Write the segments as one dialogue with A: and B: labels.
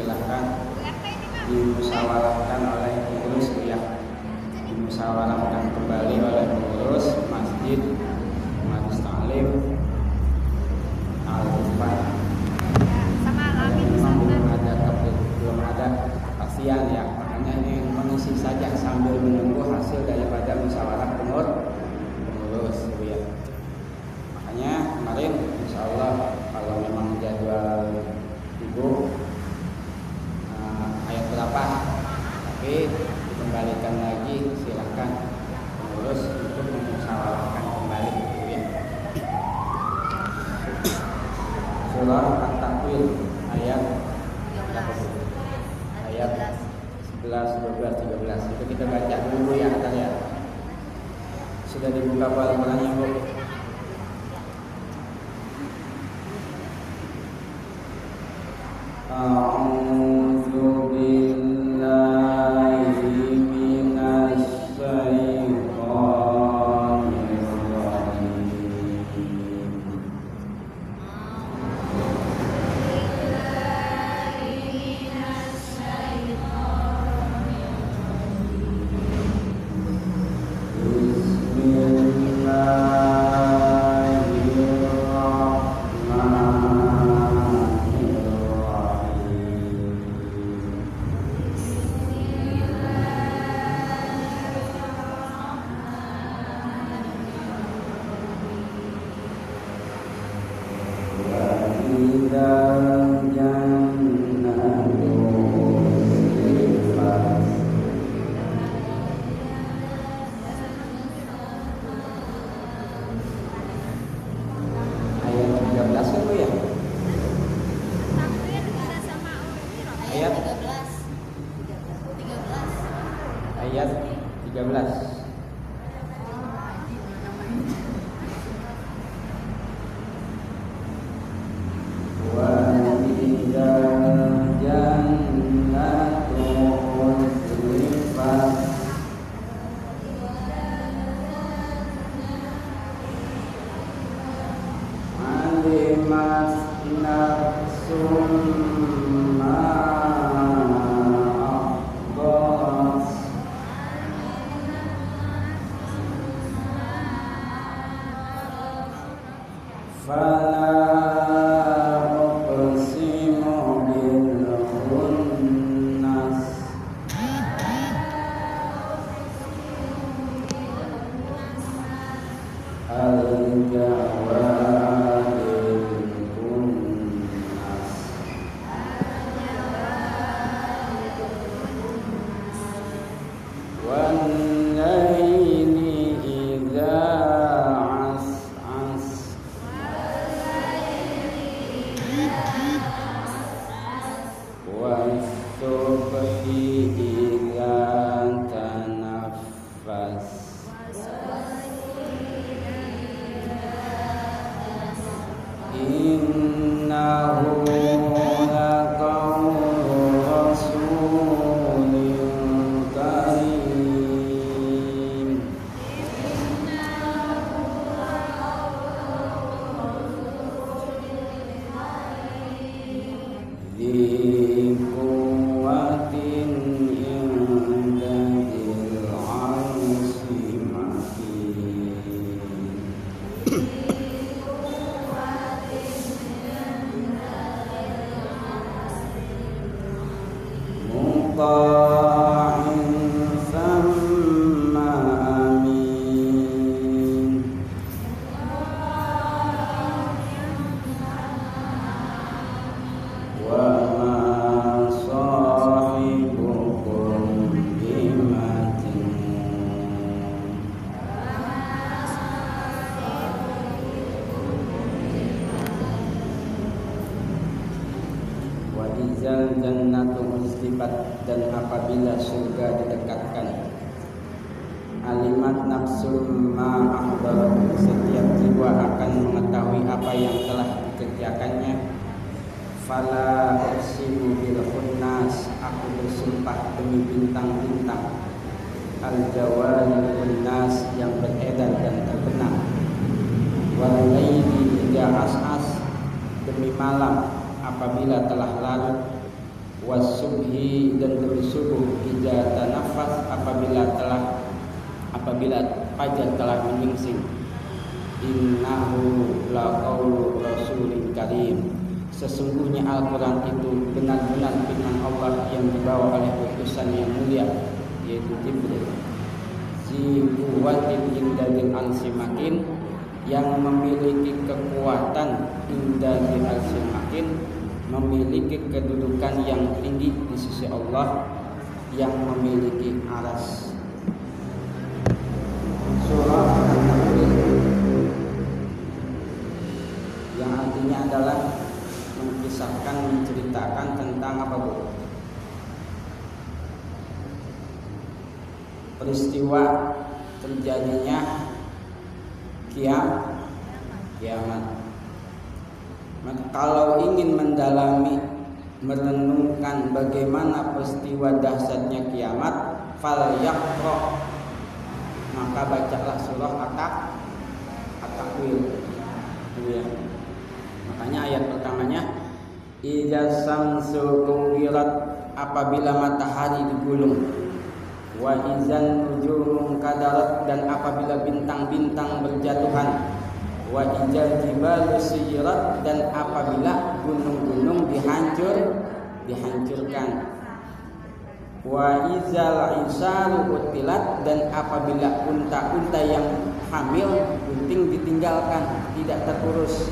A: silahkan dimusyawarahkan oleh pengurus ya, dimusyawarahkan kembali oleh pengurus masjid Majlis Ta'lim Al-Ufan. Belum ada kepastian ya, makanya ini mengisi saja sambil menunggu hasil daripada musyawarah pengurus ya. Makanya kemarin insya Allah kalau memang jadwal ibu ayat berapa, tapi dikembalikan lagi, silahkan pengurus untuk memusyawarahkan kembali ya. Surah At-Takwir ayat berapa bu? Ayat 11, 12, 13 itu kita baca dulu ya katanya. Sudah dibuka Al-Qur'annya bu? A'udzu billahi minasy syaithanir rajim. Ayat 13. Dan apabila surga didekatkan, alimat nafsul ma akhbar, setiap jiwa akan mengetahui apa yang telah dikerjakannya. Fala uqsimu bil khunnas, aku bersumpah demi bintang-bintang al-jawari khunnas yang beredar dan terbenam. Wal laili idza as'as, demi malam apabila telah larut. wasubhi dan demi subuh idza tanafas apabila fajar telah menyingsing. Innahu laqaulu rasulin karim, sesungguhnya Al-Quran itu benar-benar firman Allah yang dibawa oleh utusan yang mulia, yaitu Jibril. Si kuwatin indadil ansimakin, yang memiliki kekuatan indadil ansimakin, memiliki kedudukan yang tinggi di sisi Allah, yang memiliki aras. Surah An-Nahl yang artinya adalah mengisahkan, menceritakan tentang apa bu? Peristiwa terjadinya kiamat. Maka kalau ingin mendalami, merenungkan bagaimana peristiwa dahsyatnya kiamat, fal yaqra, maka bacalah surah At-Takwir. Ya. Makanya ayat pertamanya idza samsu kuwirat, apabila matahari digulung, wa idzan nujumu kadarat, dan apabila bintang-bintang berjatuhan, wa idzal jibalu suyirat, dan apabila gunung-gunung dihancurkan, wa idzal isaru utilat, dan apabila unta-unta yang hamil bunting ditinggalkan, tidak terurus.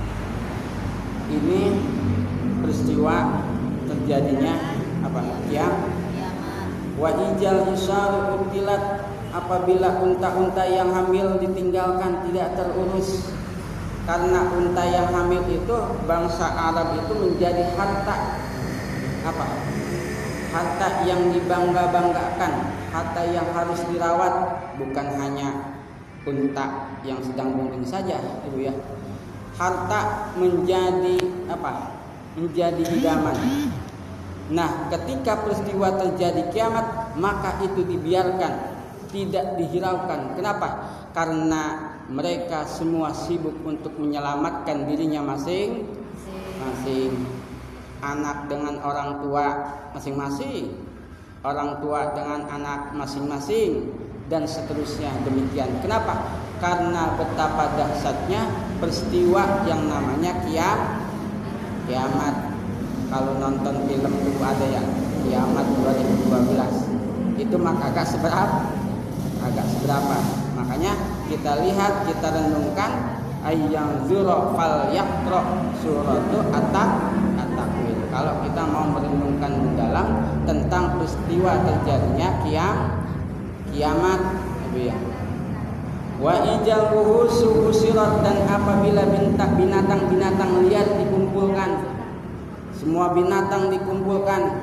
A: Ini peristiwa terjadinya apa? Kiamat. Wa ijal isaru utilat, apabila unta-unta yang hamil ditinggalkan, tidak terurus. Karena unta yang hamil itu bangsa Arab itu menjadi harta apa? Harta yang dibangga-banggakan, harta yang harus dirawat, bukan hanya unta yang sedang bunting saja, Ibu ya. Harta menjadi apa? Menjadi idaman. Nah, ketika peristiwa terjadi kiamat, maka itu dibiarkan, tidak dihiraukan. Kenapa? Karena mereka semua sibuk untuk menyelamatkan dirinya masing-masing. Anak dengan orang tua masing-masing, orang tua dengan anak masing-masing, dan seterusnya demikian. Kenapa? Karena betapa dahsyatnya peristiwa yang namanya kiamat. Kalau nonton film dulu ada yang Kiamat 2012, itu maka agak seberapa. Makanya kita lihat, kita renungkan ayyang zura fal yaqra suratu At-Takwir. Kalau kita mau merenungkan mendalam tentang peristiwa terjadinya kiamat, ya. Wa ijaluhu suhusirat, dan apabila binatang-binatang liar dikumpulkan, semua binatang dikumpulkan,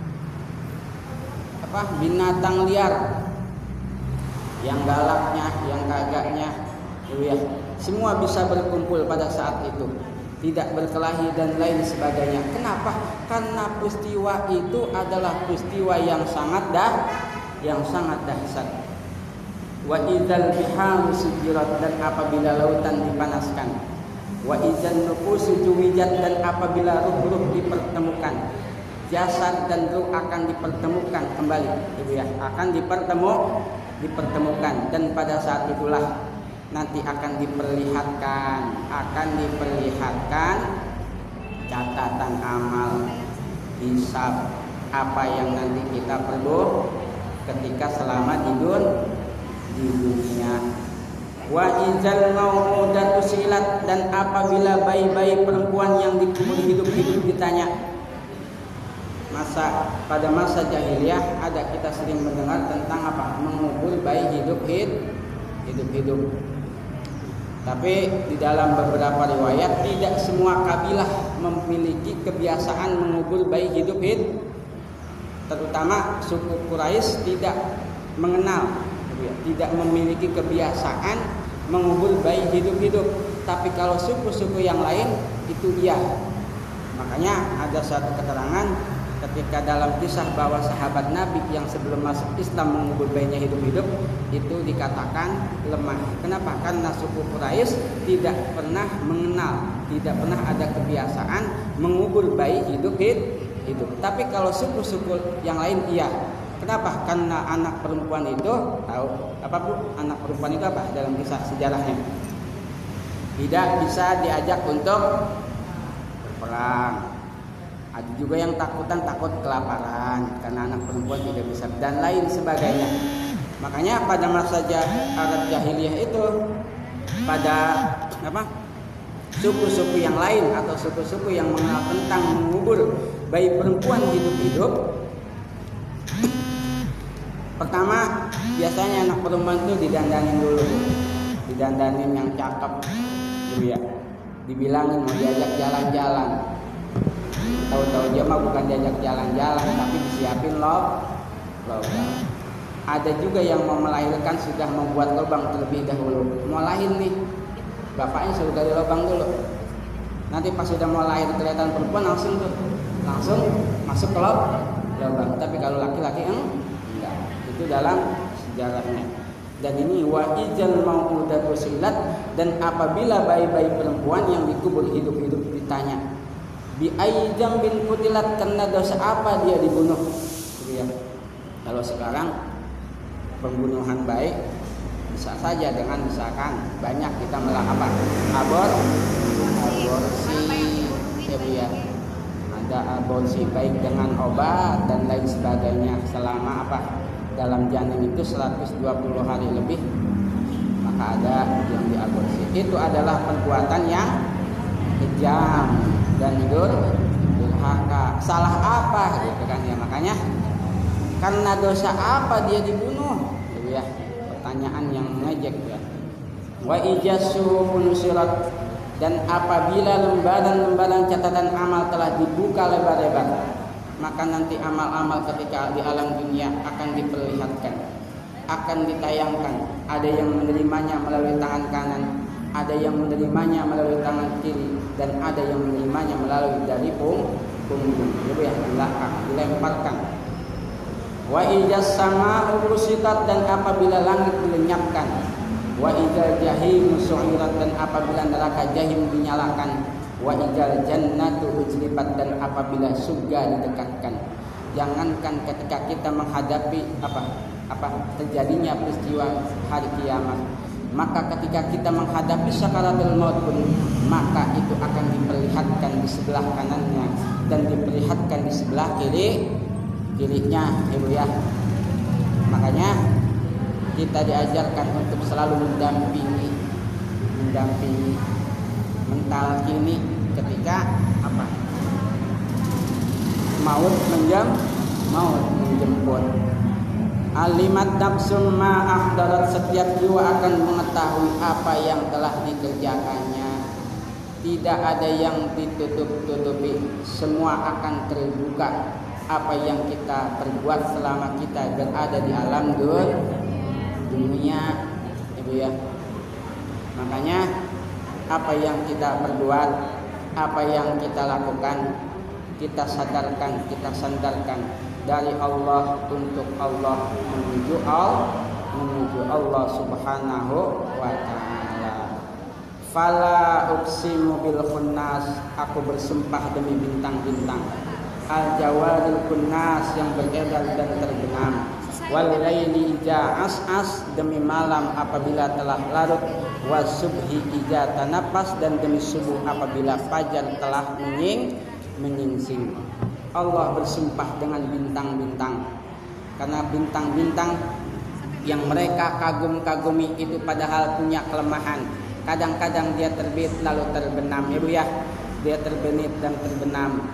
A: binatang liar, yang galaknya, yang kagaknya, ya, semua bisa berkumpul pada saat itu, tidak berkelahi dan lain sebagainya. Kenapa? Karena peristiwa itu adalah peristiwa yang sangat dahsyat. Wa idzal biharu sujirat, dan apabila lautan dipanaskan. Wa idzan nufusu juwijat, dan apabila ruh-ruh dipertemukan. Jasad dan ruh akan dipertemukan kembali, Ibu ya, akan dipertemukan, dan pada saat itulah nanti akan diperlihatkan catatan amal, hisab, apa yang nanti kita perlu ketika selama di dunia. Wa idzal mau'udatu silat, dan apabila bayi-bayi perempuan yang dikubur hidup-hidup ditanya. Pada masa jahiliyah ada, kita sering mendengar tentang apa? Mengubur bayi hidup-hidup. Tapi di dalam beberapa riwayat tidak semua kabilah memiliki kebiasaan mengubur bayi hidup-hidup. Terutama suku Quraisy tidak mengenal, tidak memiliki kebiasaan mengubur bayi hidup-hidup. Tapi kalau suku-suku yang lain itu iya. Makanya ada satu keterangan ketika dalam kisah bahwa sahabat Nabi yang sebelum masuk Islam mengubur bayinya hidup-hidup, itu dikatakan lemah. Kenapa? Karena suku Quraisy tidak pernah mengenal, tidak pernah ada kebiasaan mengubur bayi hidup-hidup. hidup. Tapi kalau suku-suku yang lain iya. Kenapa? Karena anak perempuan itu tahu apa Bu? Anak perempuan itu apa dalam kisah sejarahnya? Tidak bisa diajak untuk berperang. Ada juga yang takut kelaparan karena anak perempuan tidak bisa dan lain sebagainya. Makanya pada masa Arab jahiliyah itu pada suku-suku yang lain atau suku-suku yang mengenal tentang mengubur bayi perempuan hidup-hidup, pertama biasanya anak perempuan itu didandanin dulu, didandanin yang cakep gitu ya, dibilangin mau diajak jalan-jalan. Tahu-tahu dia mah bukan diajak jalan-jalan tapi disiapin lobang. Ada juga yang mau melahirkan sudah membuat lubang terlebih dahulu. Mau lahir nih, bapaknya suruh gali lubang dulu. Nanti pas sudah mau lahir kelihatan perempuan langsung masuk ke lubang. Tapi kalau laki-laki enggak. Itu dalam sejarahnya. Dan ini wa ijal mau'udatu silat, dan apabila bayi-bayi perempuan yang dikubur hidup-hidup ditanya bi aijam bin kutilat, karena dosa apa dia dibunuh gitu ya. Kalau sekarang pembunuhan bayi bisa saja dengan misalkan banyak kita melakukan aborsi ya, ada aborsi baik dengan obat dan lain sebagainya selama dalam janin itu 120 hari lebih, maka ada yang diaborsi. Itu adalah perbuatan yang kejam dan durhaka. Salah apa gitu kan ya, makanya karena dosa apa dia dibunuh gitu ya, pertanyaan yang mengejek ya. Wa ijasuhu nusirat, dan apabila lembaran-lembaran catatan amal telah dibuka lebar-lebar, maka nanti amal-amal ketika di alam dunia akan diperlihatkan, akan ditayangkan. Ada yang menerimanya melalui tangan kanan, ada yang menerimanya melalui tangan kiri, dan ada yang menerimanya melalui dari punggung, gitu ya, belakang, dilemparkan. Wa ijas sama urusitat, dan apabila langit dilenyapkan. Wa ijal jahim su'irat, dan apabila neraka jahim dinyalakan. Wa ijal jannatu ujlibat, dan apabila surga didekatkan. Jangankan ketika kita menghadapi terjadinya peristiwa hari kiamat, maka ketika kita menghadapi sakaratul maut pun, maka itu akan diperlihatkan di sebelah kanannya dan diperlihatkan di sebelah kirinya, ibu ya. Makanya kita diajarkan untuk selalu mendampingi, mentalkini ketika maut menjemput. Alimat nafsun ma ahdarat, setiap jiwa akan mengetahui apa yang telah dikerjakannya. Tidak ada yang ditutup-tutupi, semua akan terbuka. Apa yang kita perbuat selama kita berada di alam dunia, ibu ya. Makanya apa yang kita perbuat, apa yang kita lakukan, kita sadarkan, kita sandarkan dari Allah untuk Allah, menuju Allah Subhanahu wa ta'ala. Fala uqsimu bil khunnas, aku bersumpah demi bintang-bintang, al jawaril kunnas, yang beredar dan terbenam, wal laili ija as'as, demi malam apabila telah larut, wasubhi ija tanapas, dan demi subuh apabila fajar telah menyingsing. Allah bersumpah dengan bintang-bintang, karena bintang-bintang yang mereka kagum-kagumi itu padahal punya kelemahan. Kadang-kadang dia terbit lalu terbenam, ibu ya, dia terbit dan terbenam.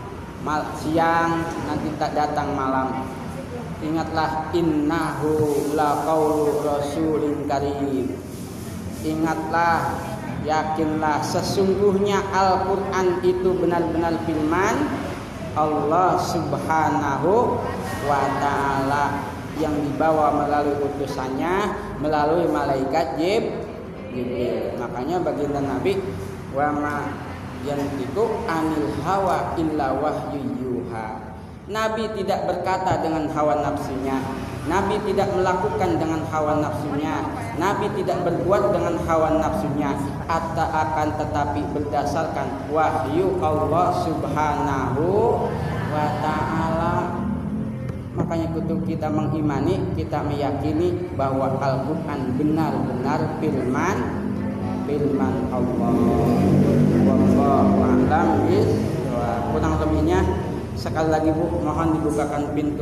A: Siang nanti tak datang malam. Ingatlah, innahu laqaulu rasulin karim. Ingatlah, yakinlah, sesungguhnya Al-Quran itu benar-benar firman Allah Subhanahu wa ta'ala, yang dibawa melalui utusannya, melalui malaikat Jibril. Makanya baginda Nabi, wa ma yantiqu anil hawa illa wahyu yuha. Nabi tidak berkata dengan hawa nafsunya, Nabi tidak melakukan dengan hawa nafsunya, Nabi tidak berbuat dengan hawa nafsunya, akan tetapi berdasarkan wahyu Allah Subhanahu wa ta'ala. Makanya kudu kita mengimani, kita meyakini bahwa Al-Qur'an benar-benar firman Allah. Wallahu a'lam bishawab. Kurang lebihnya sekali lagi Bu, mohon dibukakan pintu